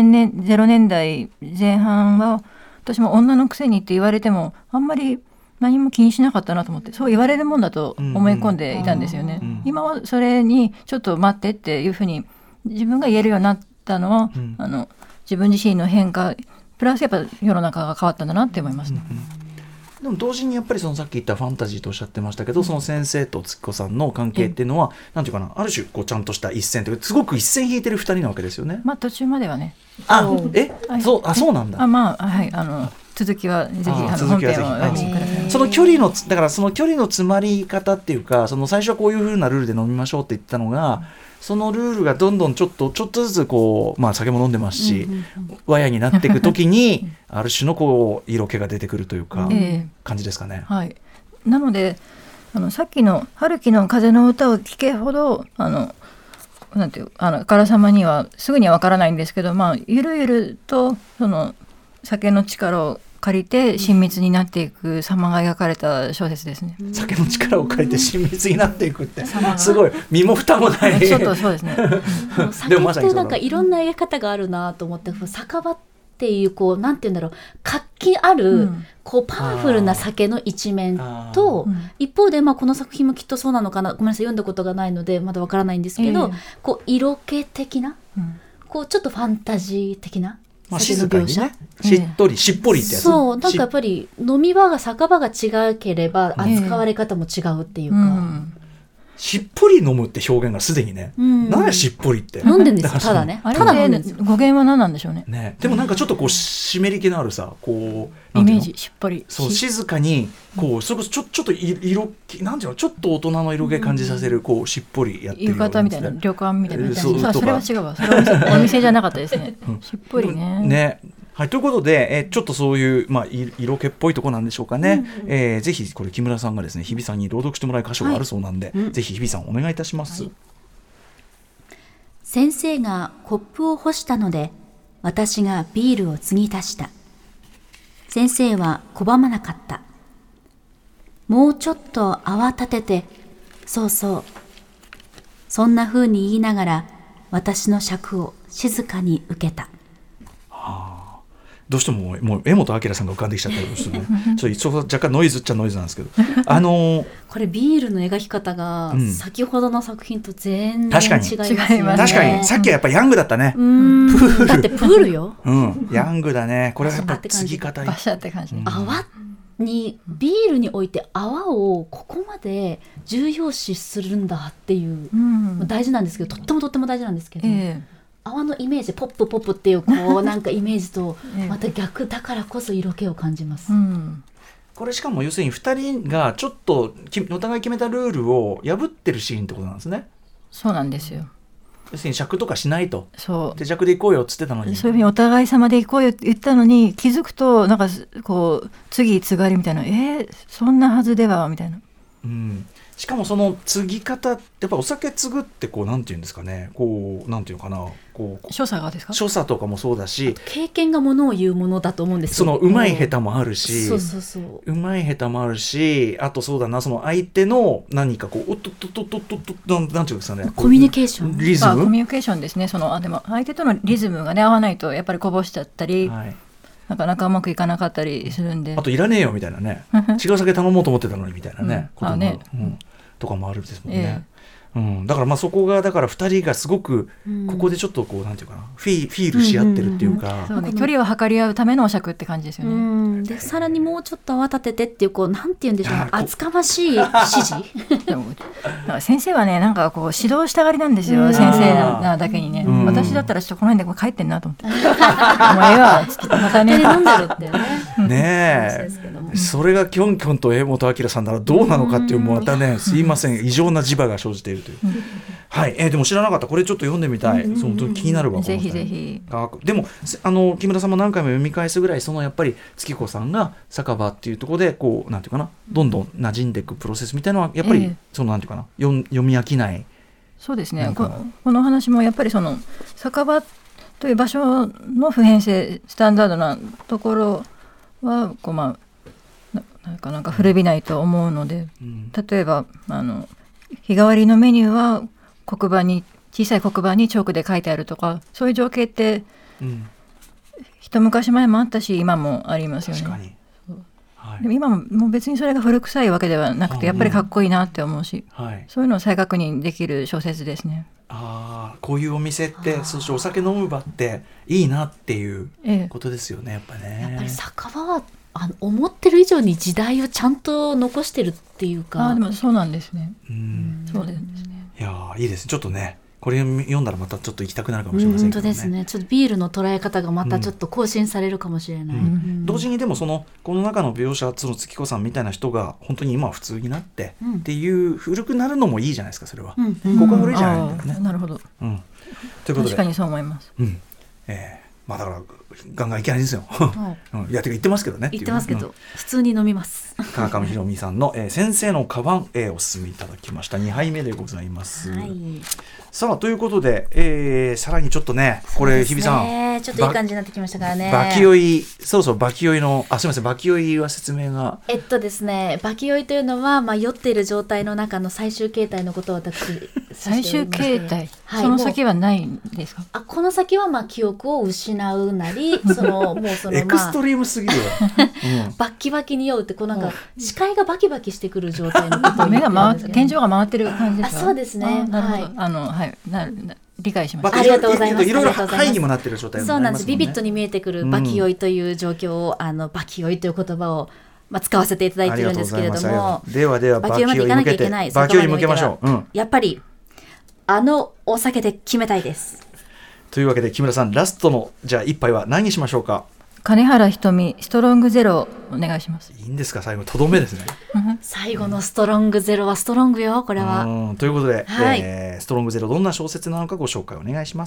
0年代前半は、私も女のくせにって言われてもあんまり何も気にしなかったなと思って、そう言われるもんだと思い込んでいたんですよね。今はそれにちょっと待ってっていうふうに自分が言えるようになったのは、自分自身の変化プラスやっぱ世の中が変わったんだなって思いますね。 でも同時にやっぱりさっき言ったファンタジーとおっしゃってましたけど、その先生と月子さんの関係っていうのは、なんていうかな、ある種こうちゃんとした一線というかすごく一線引いてる2人なわけですよね。 まあ途中まではね。 そうなんだ。 まあはい、続きはぜひ本編をお読みください。 その距離のだからその距離の詰まり方っていうか、その最初はこういう風なルールで飲みましょうって言ったのが、そのルールがどんどんちょっとずつこう、まあ、酒も飲んでますし、和やになっていくときにある種のこう色気が出てくるというか、感じですかね。 はい、なのでさっきの春樹の風の歌を聴けほどなんていうあからさまにはすぐにはわからないんですけど、まあ、ゆるゆるとその酒の力を借りて親密になっていく様が描かれた小説ですね。 酒の力を借りて親密になっていくってすごい身も蓋もないちょっとそうですね。 酒ってなんかいろんな描き方があるなと思って、酒場っていうこうなんていうんだろう、活気ある、こうパワフルな酒の一面と、一方で、まあ、この作品もきっとそうなのかな、ごめんなさい読んだことがないのでまだわからないんですけど、こう色気的な、こうちょっとファンタジー的な静かにね、しっとりしっぽりってやつ。 そうなんかやっぱり飲み場が酒場が違ければ扱われ方も違うっていうか、 しっぽり飲むって表現がすでにね、何やしっぽりって飲んでるんですよ。ただね、 あれで語源は何なんでしょう ね。 でもなんかちょっとこう湿り気のあるさ、こうイメージしっぽり、 そう静かにこうそれこそちょっと色気なんていうの、ちょっっと大人の色気感じさせる、こうしっぽりやってるような、 浴衣みたいな旅館みたいな、それは違うわ、それはお店じゃなかったですね。しっぽりね。 はい、ということで、ちょっとそういう、まあ、色気っぽいところなんでしょうかね。ぜひこれ木村さんがですね日比さんに朗読してもらう箇所があるそうなんで、ぜひ日比さんお願いいたします。 先生がコップを干したので私がビールを継ぎ足した。先生は拒まなかった。もうちょっと泡立てて、そうそう。そんな風に言いながら私の尺を静かに受けた。 どうしてもう江本明さんが浮かんできちゃったりしてねちょっと若干ノイズっちゃノイズなんですけどこれビールの描き方が先ほどの作品と全然違いますよね。 確かにさっきはやっぱりヤングだったね。 だってプールよ、 ヤングだね。これはやっぱ継ぎ方バシャって感じ、 泡にビールにおいて泡をここまで重要視するんだっていう、大事なんですけど、とっても大事なんですけど、泡のイメージ、ポップっていうこうなんかイメージとまた逆だからこそ色気を感じます。 これしかも要するに2人がちょっとお互い決めたルールを破ってるシーンってことなんですね。 そうなんですよ。 要するに酌とかしないと、 そう手酌で行こうよっつってたのに、 そういうふうにお互い様で行こうよって言ったのに、気づくとなんかこう次つがりみたいな、そんなはずではみたいな、 うん、しかもその継ぎ方、やっぱお酒継ぐってこうなんていうんですかね、こうなんていうのかな、こう所作がですか？ 所作とかもそうだし、 経験がものを言うものだと思うんですよ。 そのうまい下手もあるし、 そうそうそう、 うまい下手もあるし、あとそうだな、その相手の何かこうおっとっとっとっとっとっとなんていうんですかね、 コミュニケーション、 リズム、 コミュニケーションですね。でも相手とのリズムがね合わないとやっぱりこぼしちゃったり、 はい、 なかなかうまくいかなかったりするんで、 あといらねえよみたいなね違う酒頼もうと思ってたのにみたいなね、こともねとかもあるんですもんね、だからまあそこがだから2人がすごくここでちょっとこうなんていうかな、フィールし合ってるっていうか、 そうね、距離を測り合うためのお酌って感じですよね。 でさらにもうちょっと泡立ててっていう、こうなんて言うんでしょう、厚かましい指示でもなんか先生はね、なんかこう指導したがりなんですよ、先生なだけにね。私だったらちょっとこの辺で帰ってんなと思って、もうええわつってまたね飲んでるっていうねねえ、それがキョンキョンと江本明さんならどうなのかっていう、またね、すいません、異常な磁場が生じているという、はい、でも知らなかった、これちょっと読んでみたい、本当に気になるわ、 ぜひぜひ。 でも木村さんも何回も読み返すぐらい、そのやっぱり月子さんが酒場っていうところでこうなんていうかな、どんどん馴染んでいくプロセスみたいなのはやっぱり、そのなんていうかな、読み飽きない。 そうですね、この話もやっぱりその酒場という場所の普遍性、スタンダードなところはこう、なんか古びないと思うので、例えば日替わりのメニューは黒板に、小さい黒板にチョークで書いてあるとか、そういう情景って、一昔前もあったし今もありますよね。 確かに、 でも今も別にそれが古臭いわけではなくて、やっぱりかっこいいなって思うし、そういうのを再確認できる小説ですね。 こういうお店って、そしてお酒飲む場っていいなっていうことですよね、やっぱね。 やっぱり酒場は思ってる以上に時代をちゃんと残してるっていうか。 でもそうなんですね。そうですね。 いやいいですね、ちょっとね、これ読んだらまたちょっと行きたくなるかもしれませんけどね。 本当ですね。ちょっとビールの捉え方がまたちょっと更新されるかもしれない、 同時にでもこの中の描写、その月子さんみたいな人が本当に今は普通になってっていう古くなるのもいいじゃないですか、それは、ここは古いじゃないんだよね。 なるほど、 ということで確かにそう思います。 だからガンガンいけないんですよ、いやてか言ってますけどね、 言ってますけど、普通に飲みます。 川上弘美さんの、先生のカバン、お勧めいただきました。2杯目でございます、さあということで、さらにちょっとね、これ日比さんちょっといい感じになってきましたからね。 バキ酔い、そうそう、バキ酔いの、すみません、バキ酔いは説明がですね、バキ酔いというのは、酔っている状態の中の最終形態のことを私最終形態、その先はないんですか？ この先は記憶を失うなり、もうエクストリームすぎるよ、 バッキバキに酔うって、こうなんか視界がバキバキしてくる状態のことを目が回って、天井が回ってる感じですか？ そうですね。 なるほど、理解しました。 ありがとうございます。 いろいろ範囲にもなってる状態になりますもんね。そうなんです。 ビビッとに見えてくるバキ酔いという状況を、バキ酔いという言葉を使わせていただいているんですけれども、 ではバキ酔いまで行かなきゃいけない。 バキ酔いに向けましょう。やっぱりお酒で決めたいです。 というわけで木村さん、ラストのじゃあ一杯は何にしましょうか？ 金原ひとみストロングゼロお願いします。 いいんですか、最後とどめですね。 最後のストロングゼロはストロングよ、これは。 ということで、ストロングゼロ、どんな小説なのかご紹介お願いします。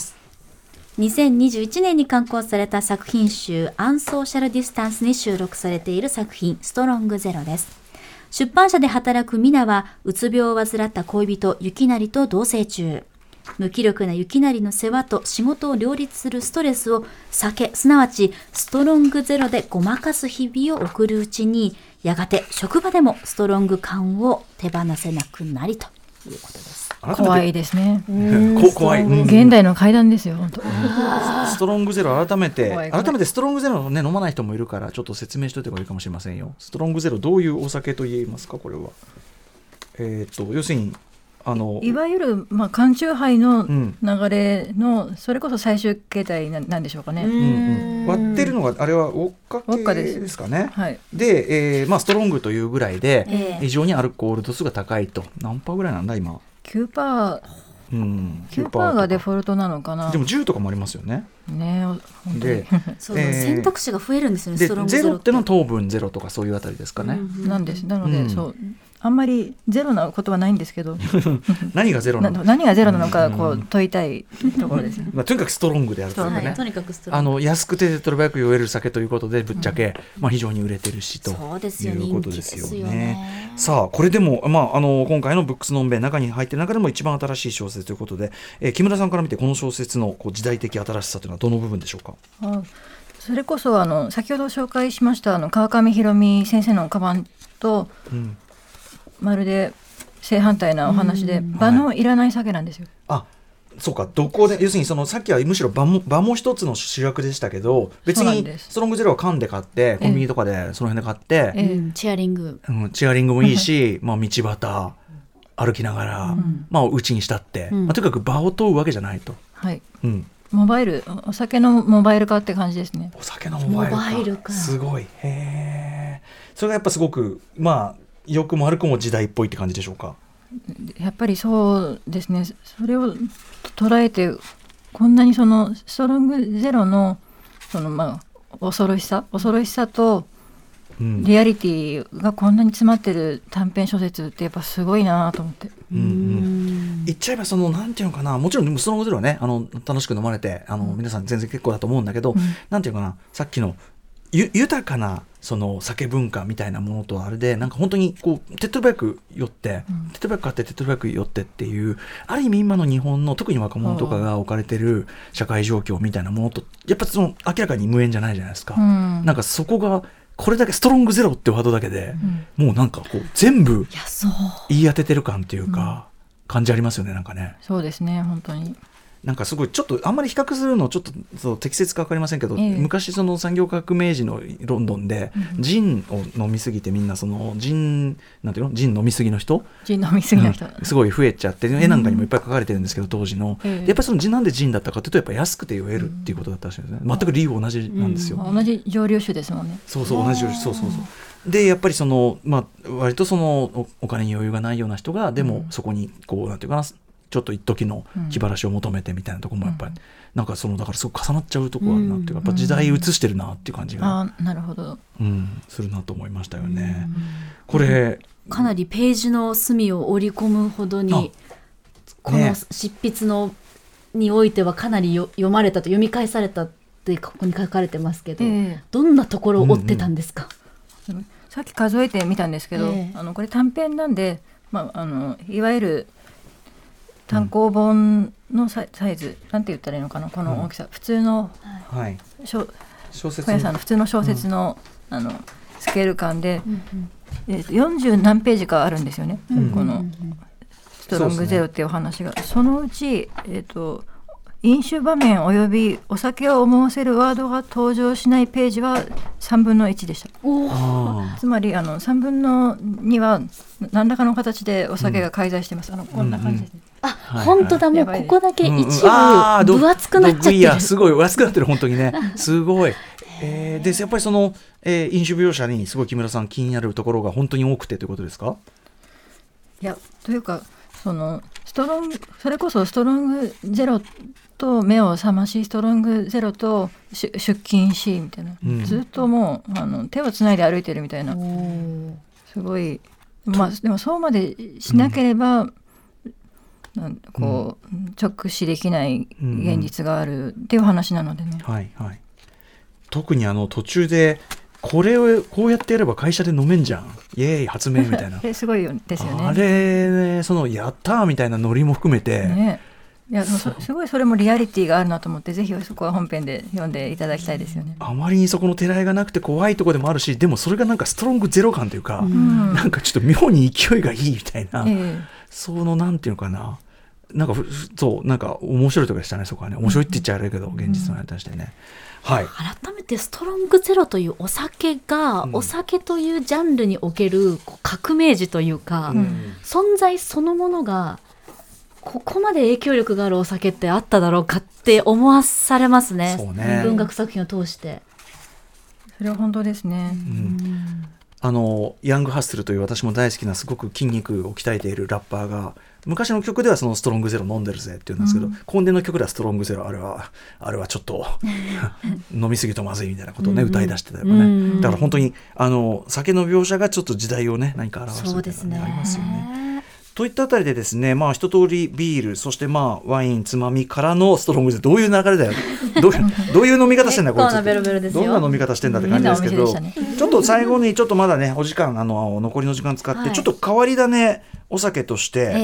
2021年に刊行された作品集アンソーシャルディスタンスに収録されている作品ストロングゼロです。出版社で働くミナはうつ病を患った恋人雪成と同棲中。無気力な雪成の世話と仕事を両立するストレスを酒、すなわちストロングゼロでごまかす日々を送るうちに、やがて職場でもストロング感を手放せなくなりということです。 怖いですね。 怖い、 現代の怪談ですよ、本当。 ストロングゼロ、改めてストロングゼロを、ね、飲まない人もいるからちょっと説明しておいた方がいいかもしれませんよ。ストロングゼロ、どういうお酒と言えますか、これは。要するにいわゆる、缶チューハイの流れの、それこそ最終形態なんでしょうかね。 割ってるのがあれはウォッカですかね。で、ストロングというぐらいで、非常にアルコール度数が高いと。何パーぐらいなんだ今？ 9%。9% がデフォルトなのかな。 でも10とかもありますよね。 で、選択肢が増えるんですよね。ストロングゼロってのは糖分ゼロとかそういうあたりですかね。 なので、そうあんまりゼロなことはないんですけど何がゼロなの何がゼロなのかこう問いたいところですね。 とにかくストロングであるというかね、 はい、とにかくストロング安くて手っ取り早く酔える酒ということでぶっちゃけ、非常に売れてるしとそうですよ、 いうことですよ人気ですよね。 ね。 さあこれでも、今回のブックスのんべい中に入っている中でも一番新しい小説ということで、木村さんから見てこの小説のこう時代的新しさというのはどの部分でしょうか。 それこそ先ほど紹介しました川上弘美先生のカバンと、まるで正反対なお話で、場のいらない酒なんですよ。 そうか、どこで要するにさっきはむしろ場も一つの主役でしたけど、別にストロングゼロは缶で買ってコンビニとかでその辺で買って、 チェアリング、 チェアリングもいいし、道端歩きながら、うちにしたって、とにかく場を問うわけじゃないと。 はい、モバイル、お酒のモバイル化って感じですね。 お酒のモバイル化、すごい。それがやっぱすごく良くも悪くも時代っぽいって感じでしょうか。 やっぱりそうですね。それを捉えてこんなにそのストロングゼロの恐ろしさとリアリティがこんなに詰まってる短編小説ってやっぱすごいなと思って、 言っちゃえばなんていうのかな、もちろんストロングゼロはね楽しく飲まれて皆さん全然結構だと思うんだけど、なんていうかな、さっきの豊かな酒文化みたいなものとあれで本当にこう手っ取り早く寄って、手っ取り早く買って手っ取り早く寄ってっていう、ある意味今の日本の特に若者とかが置かれてる社会状況みたいなものとやっぱ明らかに無縁じゃないじゃないですか。そこがこれだけストロングゼロってワードだけで、もうこう全部言い当ててる感っていうか、感じありますよね。 そうですね、本当にすごいちょっとあんまり比較するのちょっと適切か分かりませんけど、昔産業革命時のロンドンで、ジンを飲みすぎてみんなジン飲みすぎの人すごい増えちゃって、絵なんかにもいっぱい描かれてるんですけど当時の、やっぱりなんでジンだったかというとやっぱ安くて酔えるっていうことだったらしいですね。全く理由同じなんですよ。 同じ蒸留酒ですもんね。 同じ蒸留酒、でやっぱり割とお金に余裕がないような人がでもそこにこうなんていうかな、ちょっと一時の気晴らしを求めてみたいなところもやっぱり、だからすごく重なっちゃうところがあるなっていうか、やっぱ時代映してるなっていう感じが、 なるほど、 するなと思いましたよね。これかなりページの隅を織り込むほどに、この執筆においてはかなり読まれたと、読み返されたってここに書かれてますけど、どんなところを追ってたんですか。 さっき数えてみたんですけど、これ短編なんで、いわゆる単行本のサイズ、なんて言ったらいいのかな、この大きさ、普通の小説本屋さんの普通の小説の、スケール感で、40何ページかあるんですよね、このストロングゼロっていうお話が。そのうち、飲酒場面およびお酒を思わせるワードが登場しないページは3分の1でした。つまり3分の2は何らかの形でお酒が介在してます。こんな感じですね。 本当だ、もうここだけ一部分厚くなっちゃってる。 いやすごい分厚くなってる、本当にね、すごい。でやっぱり飲酒描写にすごい木村さん気になるところが本当に多くてということですか。 いや、というかそれこそストロングゼロと目を覚まし、ストロングゼロと出勤しみたいな、ずっともう手をつないで歩いてるみたいな、すごい、でもそうまでしなければ、直視できない現実があるっていう話なのでね。 特に途中でこれをこうやってやれば会社で飲めんじゃん、イエーイ発明みたいなすごいですよね。 あれね、やったーみたいなノリも含めて、 いやすごいそれもリアリティがあるなと思って、ぜひそこは本編で読んでいただきたいですよね。 あまりにそこのてらいがなくて怖いところでもあるし、でもそれがストロングゼロ感というか、ちょっと妙に勢いがいいみたいな、なんていうのかな、面白いところでしたね。そこはね、面白いって言っちゃあれだけど、現実のあれとしてね。改めてストロングゼロというお酒が、お酒というジャンルにおける革命児というか、存在そのものがここまで影響力があるお酒ってあっただろうかって思わされますね。文学作品を通して。 それは本当ですね。 ヤングハッスルという私も大好きなすごく筋肉を鍛えているラッパーが昔の曲ではそのストロングゼロ飲んでるぜっていうんですけど、後年の曲ではストロングゼロあれはちょっと飲みすぎとまずいみたいなことをね、歌い出してたよね、だから本当に酒の描写がちょっと時代をね何か表してるみたいなのがありますよね。といったあたりでですね、一通りビール、そしてワインつまみからのストロングゼロ、どういう流れだよどういう飲み方してんだこいつ、どんな飲み方してんだって感じですけど、ちょっと最後にちょっとまだねお時間残りの時間使って、ちょっと変わり種お酒として、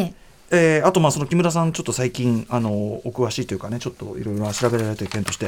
あとその木村さんちょっと最近お詳しいというかね、ちょっといろいろ調べられている件として、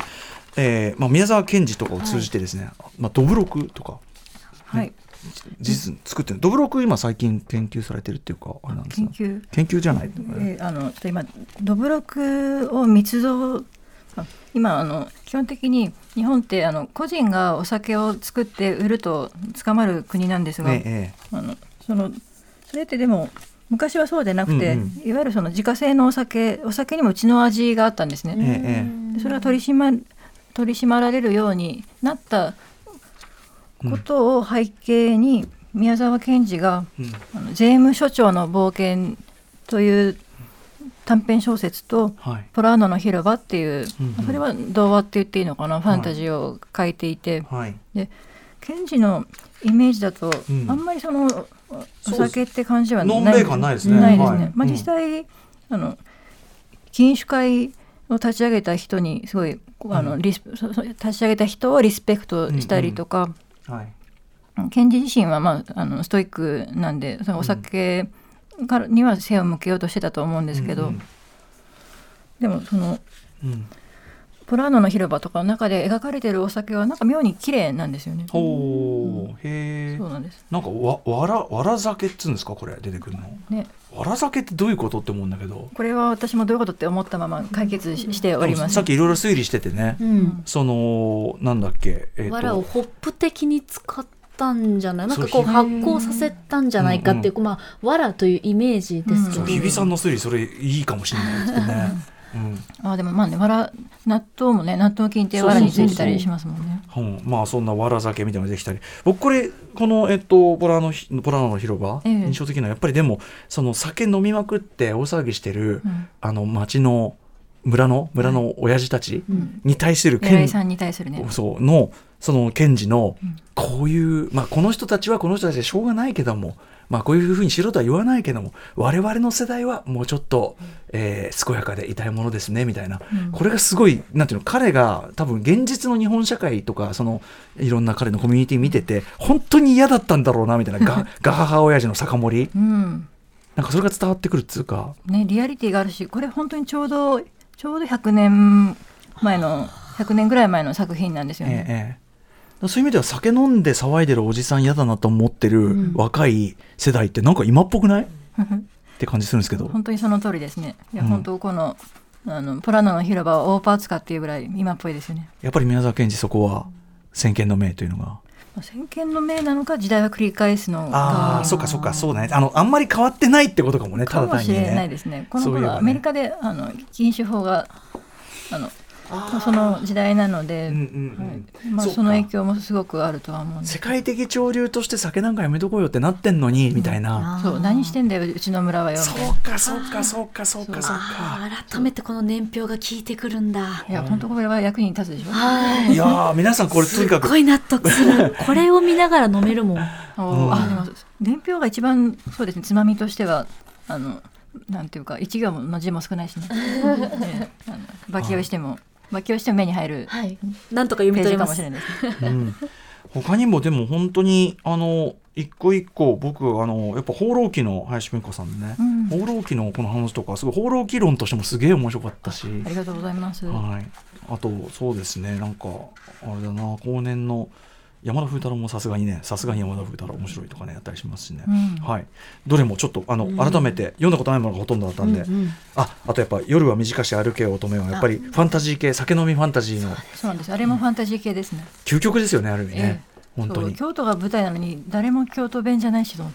宮沢賢治とかを通じてですね、どぶろくとか、ね、実作ってるどぶろく今最近研究されてるっていうかあれなんですか、研究じゃない、 今どぶろくを密造、今基本的に日本って個人がお酒を作って売ると捕まる国なんですが、それってでも昔はそうでなくて、いわゆるその自家製のお酒にもうちの味があったんですね、それは取り締まられるようになったことを背景に、宮沢賢治が、税務署長の冒険という短編小説と、ポラーノの広場っていう、それは童話って言っていいのかな、ファンタジーを書いていて、で賢治のイメージだと、あんまりそのお酒って感じはないのんべい感ないですね。 ないですね。実際禁酒会を立ち上げた人にすごい立ち上げた人をリスペクトしたりとか、賢治自身は、ストイックなんでそのお酒には背を向けようとしてたと思うんですけど、でもその、ポラーノの広場とかの中で描かれているお酒はなんか妙に綺麗なんですよね。 へー、 そうなんです。 なんかわら酒っつうんですか、これ出てくるの、ね、わら酒ってどういうことって思うんだけど、 これは私もどういうことって思ったまま解決しております。 さっきいろいろ推理しててね、そのなんだっけ、 わらをホップ的に使ったんじゃない、なんかこう発酵させたんじゃないかっていう、わらというイメージですけど、 日比さんの推理それいいかもしれないですねでもね、わら納豆もね、納豆菌ってわらについてたりしますもんね。 そんなわら酒みたいなのができたり、僕このポラーノの広場、印象的なのはやっぱりでもその酒飲みまくって大騒ぎしてる、町の村の親父たちに対する偉いさんに対するね、 その賢治のこういう、この人たちはこの人たちでしょうがないけども、こういうふうにしろとは言わないけども、我々の世代はもうちょっと、健やかでいたいものですねみたいな、これがすごいなんていうの、彼が多分現実の日本社会とかいろんな彼のコミュニティ見てて本当に嫌だったんだろうなみたいなガハハ親父の酒盛り、なんかそれが伝わってくるっていうか、 リアリティがあるし、これ本当にちょうど100年ぐらい前の作品なんですよね。 そういう意味では酒飲んで騒いでるおじさん嫌だなと思ってる若い世代ってなんか今っぽくないって感じするんですけど、 本当にその通りですね。いや、本当このポラノの広場はオーパーツかっていうぐらい今っぽいですよね。 やっぱり宮沢賢治そこは先見の明というのが、 先見の明なのか時代は繰り返すのか、 そうかそうだね、あんまり変わってないってことかもね、ただ単にね、 かもしれないですね。この頃アメリカで禁酒法がその時代なので、その影響もすごくあるとは思うんです。 世界的潮流として酒なんかやめとこうよってなってんのにみたいな、 何してんだようちの村はよ、 そうか改めてこの年表が効いてくるんだ。 いや本当これは役に立つでしょ。 いや皆さんこれとにかくすごい納得するこれを見ながら飲めるもん。 でも年表が一番そうですね、つまみとしてはなんていうか一行の字も少ないしねバキをしても目に入る、 なんとか読み取れます。 ページかもしれないですね。 他にもでも本当に一個一個僕やっぱ放浪記の林美香さんね、放浪記のこの話とかすごい放浪記論としてもすげえ面白かったし、 ありがとうございます。 あとそうですね、なんかあれだな、後年の山田風太郎もさすがに山田風太郎面白いとかねやったりしますしね、どれもちょっと改めて読んだことないものがほとんどだったんで、あとやっぱ夜は短し歩けよ乙女はやっぱりファンタジー系、酒飲みファンタジーの、 そうなんです、あれもファンタジー系ですね。 究極ですよね、ある意味ね、本当に京都が舞台なのに誰も京都弁じゃないしと思って、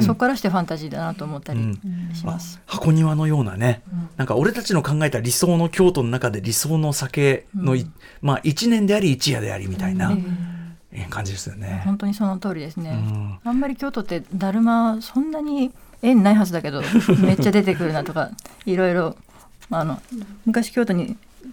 そこからしてファンタジーだなと思ったりします。 箱庭のようなね、なんか俺たちの考えた理想の京都の中で理想の酒の、一年であり一夜でありみたいな、感じですよね。 本当にその通りですね。あんまり京都ってだるまそんなに縁ないはずだけどめっちゃ出てくるなとかいろいろ昔京都に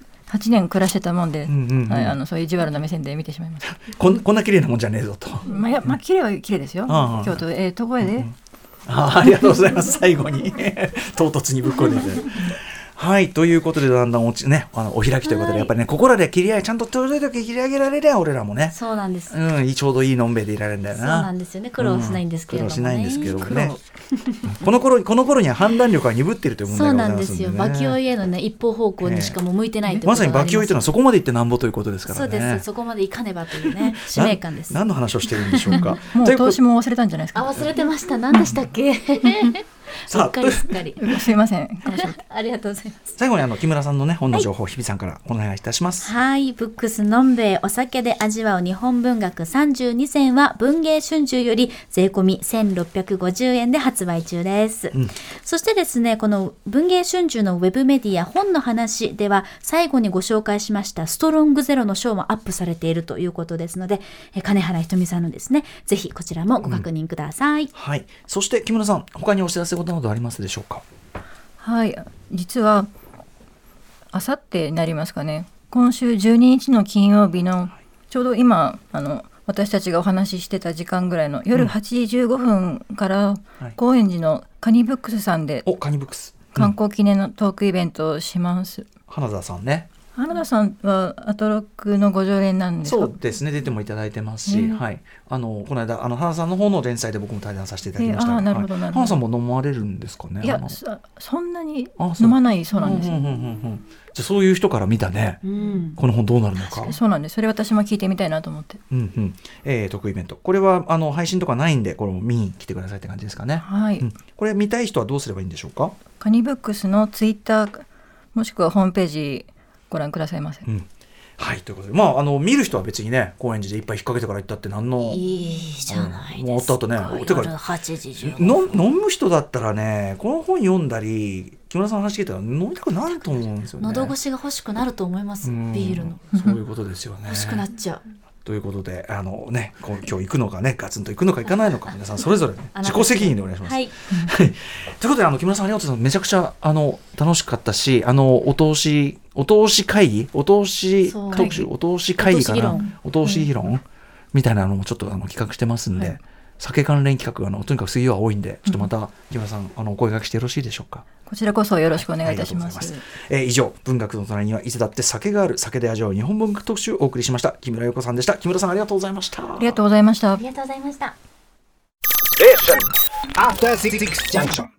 8年暮らしてたもんで、そういう意地悪な目線で見てしまいました。 こんな綺麗なもんじゃねえぞと。 綺麗は綺麗ですよ。京都とこへで、 ありがとうございます。最後に唐突にぶっこんでいただいて。はい、ということでだんだんお開きということで、やっぱりね、ここらで切り上げちゃんと取れる時切り上げられりゃ俺らもね、 そうなんです、 ちょうどいいのんべいでいられるんだよな。 そうなんですよね。苦労しないんですけれどもね、 苦労しないんですけどもねこの頃には判断力が鈍っているという問題がございますので、ね、 そうなんですよ。馬琴へのね一方方向にしかも向いてないということがあります。 まさに馬琴というのはそこまで行ってなんぼということですからね。 そうです。そこまで行かねばというね使命感です。 何の話をしているんでしょうかもう投資も忘れたんじゃないですか。 忘れてました。何でしたっけすっかりすっかりすいませんありがとうございます。 最後に木村さんのね本の情報、日比さんからお願いいたします。 はい、ブックスのんべいお酒で味わう日本文学32選は文芸春秋より税込み1650円で発売中です、そしてですね、この文芸春秋のウェブメディア本の話では最後にご紹介しましたストロングゼロの章もアップされているということですので、金原ひとみさんのですね、ぜひこちらもご確認ください、 はい。そして木村さん、他にお知らせことなどありますでしょうか。 はい、実はあさってになりますかね、今週12日の金曜日のちょうど今私たちがお話ししてた時間ぐらいの夜8時15分から高円寺のカニブックスさんでカニブックス観光記念のトークイベントをします、 花田さんね。 花田さんはアトロックのご常連なんですか。 そうですね、出てもいただいてますし、はい、この間花田さんの方の連載で僕も対談させていただきました。 なるほどなるほど。 花田さんも飲まれるんですかね。 いや、そんなに飲まないそうなんですよ。 じゃあそういう人から見たね、この本どうなるのか。 そうなんです。それ私も聞いてみたいなと思って、 トークイベント、これは配信とかないんでこれも見に来てくださいって感じですかね。 はい、 これ見たい人はどうすればいいんでしょうか。 カニブックスのツイッターもしくはホームページご覧くださいませ。 はい、ということで、見る人は別にね、高円寺でいっぱい引っ掛けてから行ったって何のいいじゃないですか。 もうあとね、 夜8時15分飲む人だったらね、この本読んだり木村さんの話聞いたら飲みたくなると思うんですよね。 喉越しが欲しくなると思います。ビールのそういうことですよね。 欲しくなっちゃうということで今日行くのかね、ガツンと行くのか行かないのか、皆さんそれぞれ、自己責任でお願いします。はい、ということで木村さんありがとうございます。めちゃくちゃ楽しかったし、お通し会議、お通し特集、お通し会議かな、お通し議論みたいなのもちょっと企画してますんで、酒関連企画とにかく水曜は多いんで、ちょっとまた木村さんお声掛けしてよろしいでしょうか。 こちらこそよろしくお願いいたします。 以上、文学の隣にはいつだって酒がある、酒で味わう日本文学特集をお送りしました。木村洋子さんでした。木村さんありがとうございました。 ありがとうございました。 ありがとうございました。 After 66 junction.